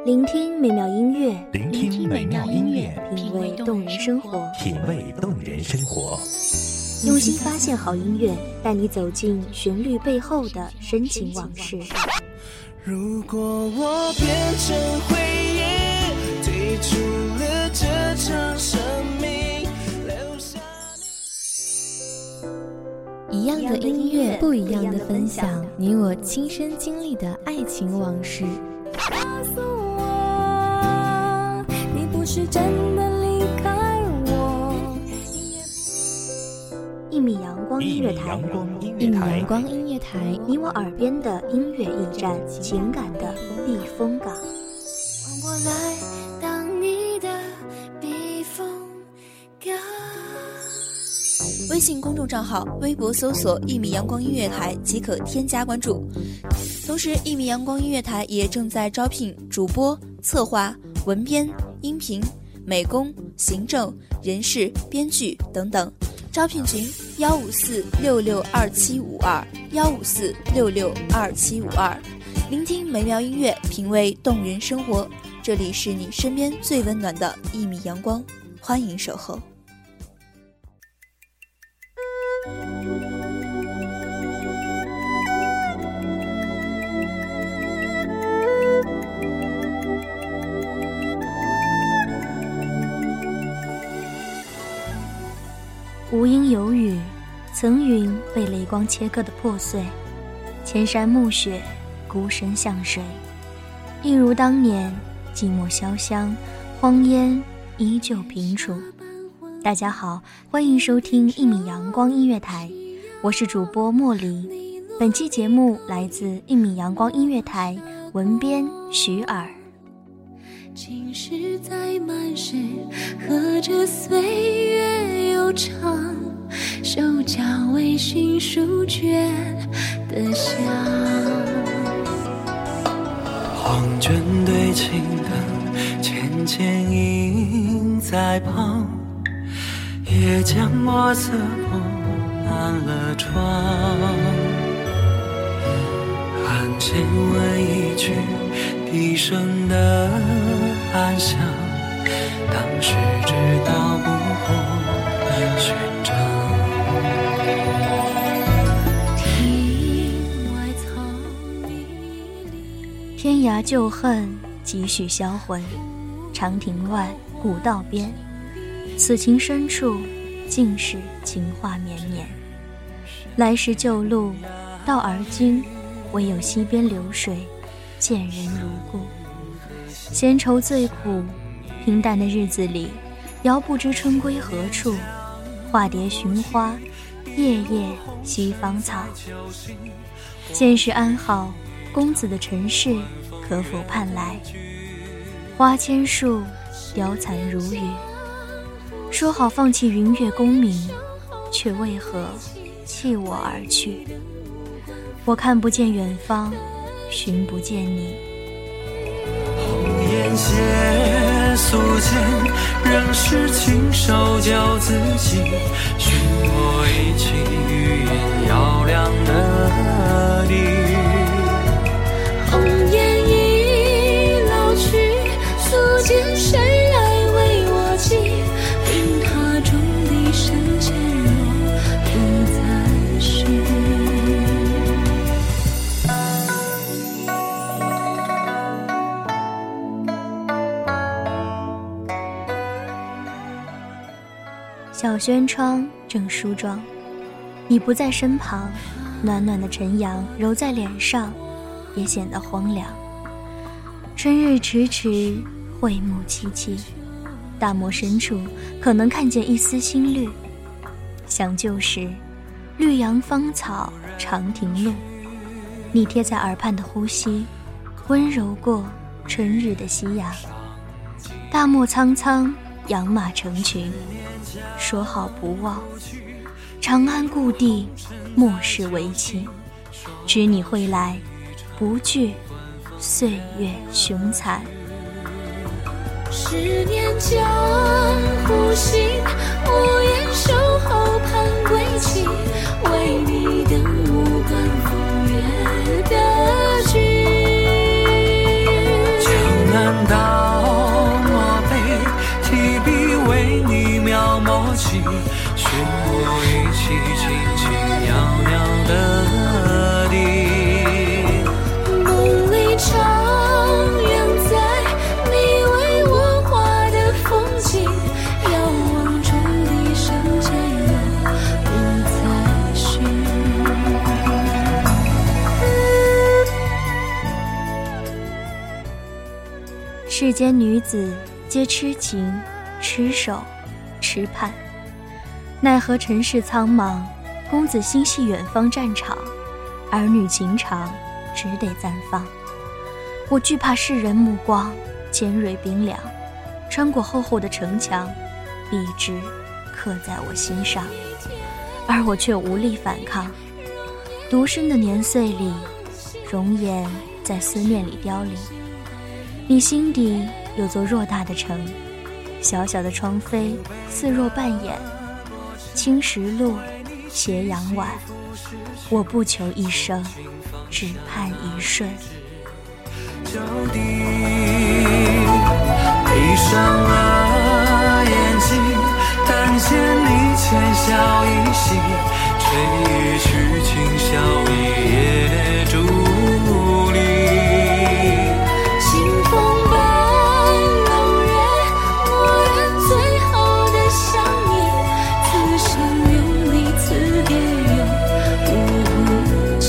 聆听美妙音乐， 聆听美妙音乐， 品味动人生活， 品味动人生活。 用心发现好音乐，带你走进旋律背后的深情往事。 如果我变成回忆，退出了这场生命，留下一样的音乐，不一样的分享，你我亲身经历的爱情往事。 告诉我，你不是真的离开我。 一米阳光音乐台， 一米阳光音乐台， 你我耳边的音乐驿站，情感的避风港。 换我来当你的避风港。 微信公众账号、微博搜索“一米阳光音乐台”即可添加关注。同时，一米阳光音乐台也正在招聘主播、策划、文编、音频、美工、行政、人事、编剧等等。招聘群154662752，154662752。聆听美妙音乐，品味动人生活。这里是你身边最温暖的一米阳光，欢迎守候。 无因有雨，层云被雷光切割的破碎，千山暮雪，孤身向水，一如当年，寂寞潇湘，荒烟依旧平楚。大家好，欢迎收听一米阳光音乐台，我是主播莫离。本期节目来自一米阳光音乐台，文编徐尔。 青石在满是和着岁月悠长，手脚微醺书卷的香。 黄卷对青灯，浅浅映在旁，也将墨色铺满了窗。案前问一句，低声的暗香，当时知道不过寻常。 庭外草迷离， 天涯旧恨几许销魂，长亭外古道边，此情深处尽是情话绵绵。来时旧路到而今，唯有溪边流水，见人如故。闲愁最苦，平淡的日子里，遥不知春归何处，化蝶寻花，夜夜西芳草。现世安好，公子的尘世可否盼来？花千树，凋残如雨。说好放弃云月功名，却为何弃我而去？我看不见远方，寻不见你。 红颜写素笺，仍是亲手教自己，寻我一起语言摇亮的地。 红颜已老去，素笺谁来为我系？云塔中的深浅若不再是。 小轩窗正梳妆，你不在身旁，暖暖的晨阳揉在脸上，也显得荒凉。春日迟迟，惠木萋萋，大漠深处可能看见一丝新绿。想旧时，绿杨芳草长亭路，你贴在耳畔的呼吸，温柔过春日的夕阳。大漠苍苍，养马成群，说好不忘，长安故地，莫视为期。知你会来，不惧岁月凶残。 10年江湖行，无言守候盼归期，为你等无关风月的君。 江南轻轻袅袅的地。 梦里徜徉在你为我画的风景，遥望中的圣洁又不再是。 世间女子皆痴情、痴守、痴盼，奈何尘世苍茫，公子心系远方战场，儿女情长只得暂放。我惧怕世人目光尖锐冰凉，穿过厚厚的城墙，笔直刻在我心上，而我却无力反抗。独身的年岁里，容颜在思念里凋零。你心底有座偌大的城，小小的窗扉似若半掩，青石路，斜阳晚，我不求一生，只盼一瞬。 脚底闭上了眼睛，但见你浅笑一席，吹一曲清宵一夜伫立。 清风伴龙月，蓦然最后的相依，此生有你，此别又无情。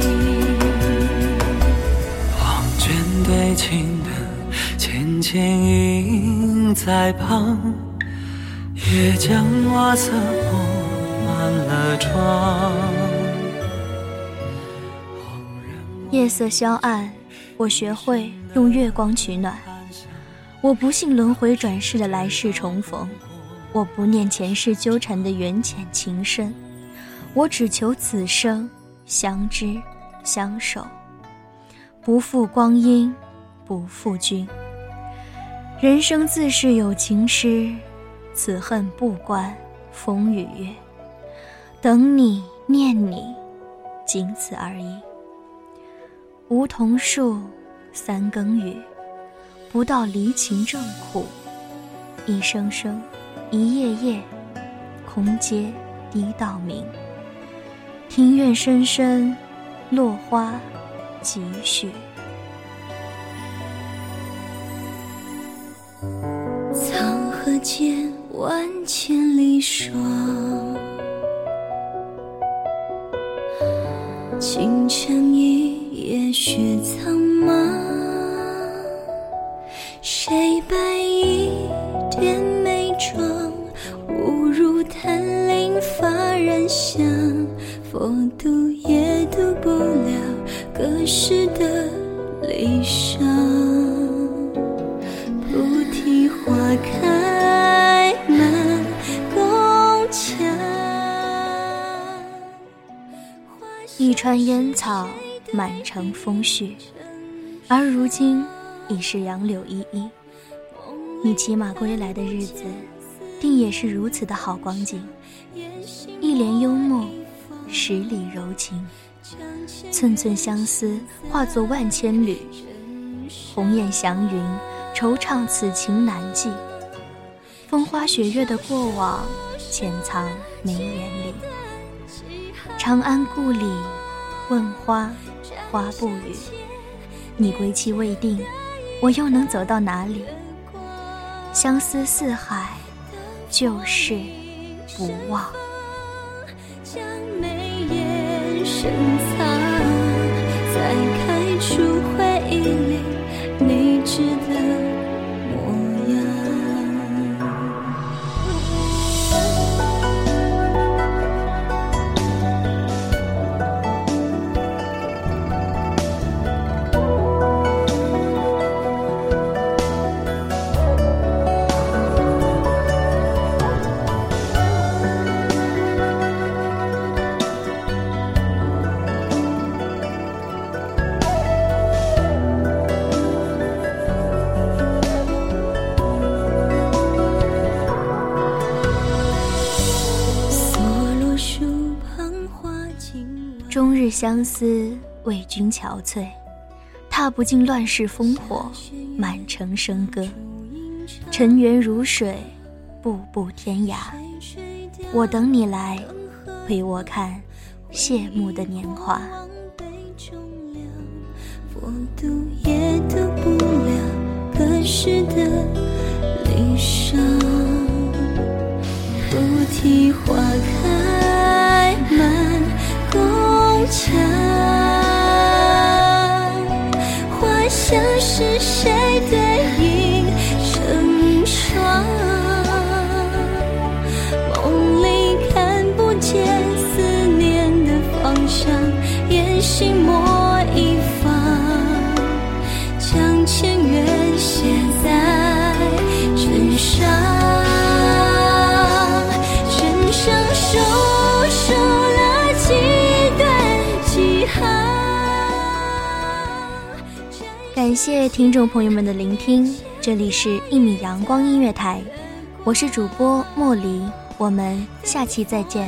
望卷对镜的浅浅映在旁，也将瓦色铺满了窗。 夜色消暗，我学会用月光取暖。我不信轮回转世的来世重逢，我不念前世纠缠的缘浅情深，我只求此生相知相守，不负光阴，不负君。人生自是有情诗，此恨不关风与月，等你念你，仅此而已。梧桐树，三更雨，不到离情正苦。一声声，一夜夜，空阶低到明。庭院深深，落花几许。 沧河间万千里霜，清晨一夜雪苍茫。谁白一点眉妆，误入檀林发染香。佛读也读不了隔世的离殇。菩提花开满宫墙， 一川烟草，满城风絮，而如今已是杨柳依依。你骑马归来的日子，定也是如此的好光景。一帘幽默，十里柔情，寸寸相思化作万千缕。鸿雁祥云，惆怅此情难记。风花雪月的过往，潜藏眉眼里。长安故里，问花，花不语。你归期未定，我又能走到哪里？相思四海，旧事不忘。 将眉眼深藏，再开出回忆里你值得模样。 终日相思，为君憔悴，踏不尽乱世烽火，满城笙歌。尘缘如水，步步天涯。我等你来， 陪我看谢幕的年华。 我读也读不了隔世的离殇，菩提花开满宫墙，花香是谁对影成双？梦里看不见思念的方向，眼心墨一方，将前缘写在枕上，枕上数了几段几行。 感谢听众朋友们的聆听，这里是1米阳光音乐台，我是主播莫离，我们下期再见。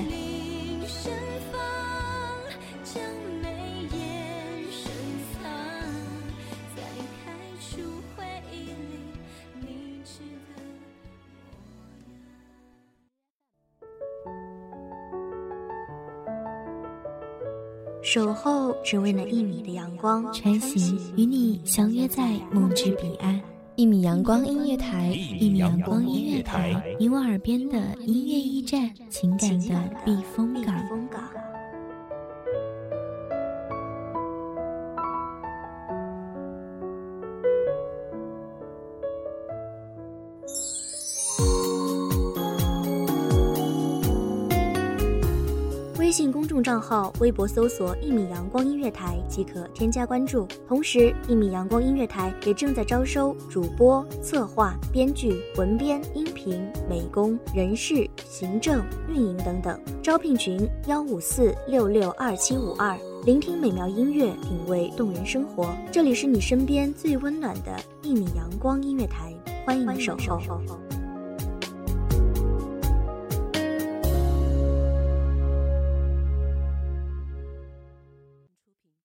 守候只为那1米的阳光， 穿行与你相约在梦之彼岸。1米阳光音乐台，1米阳光音乐台，你我耳边的音乐驿站，情感的避风港。 微信公众账号、微博搜索1米阳光音乐台即可添加关注。同时，1米阳光音乐台也正在招收主播、策划、编剧、文编、音频、美工、人事、行政、运营等等。招聘群154662752。聆听美妙音乐，品味动人生活。这里是你身边最温暖的1米阳光音乐台，欢迎守候。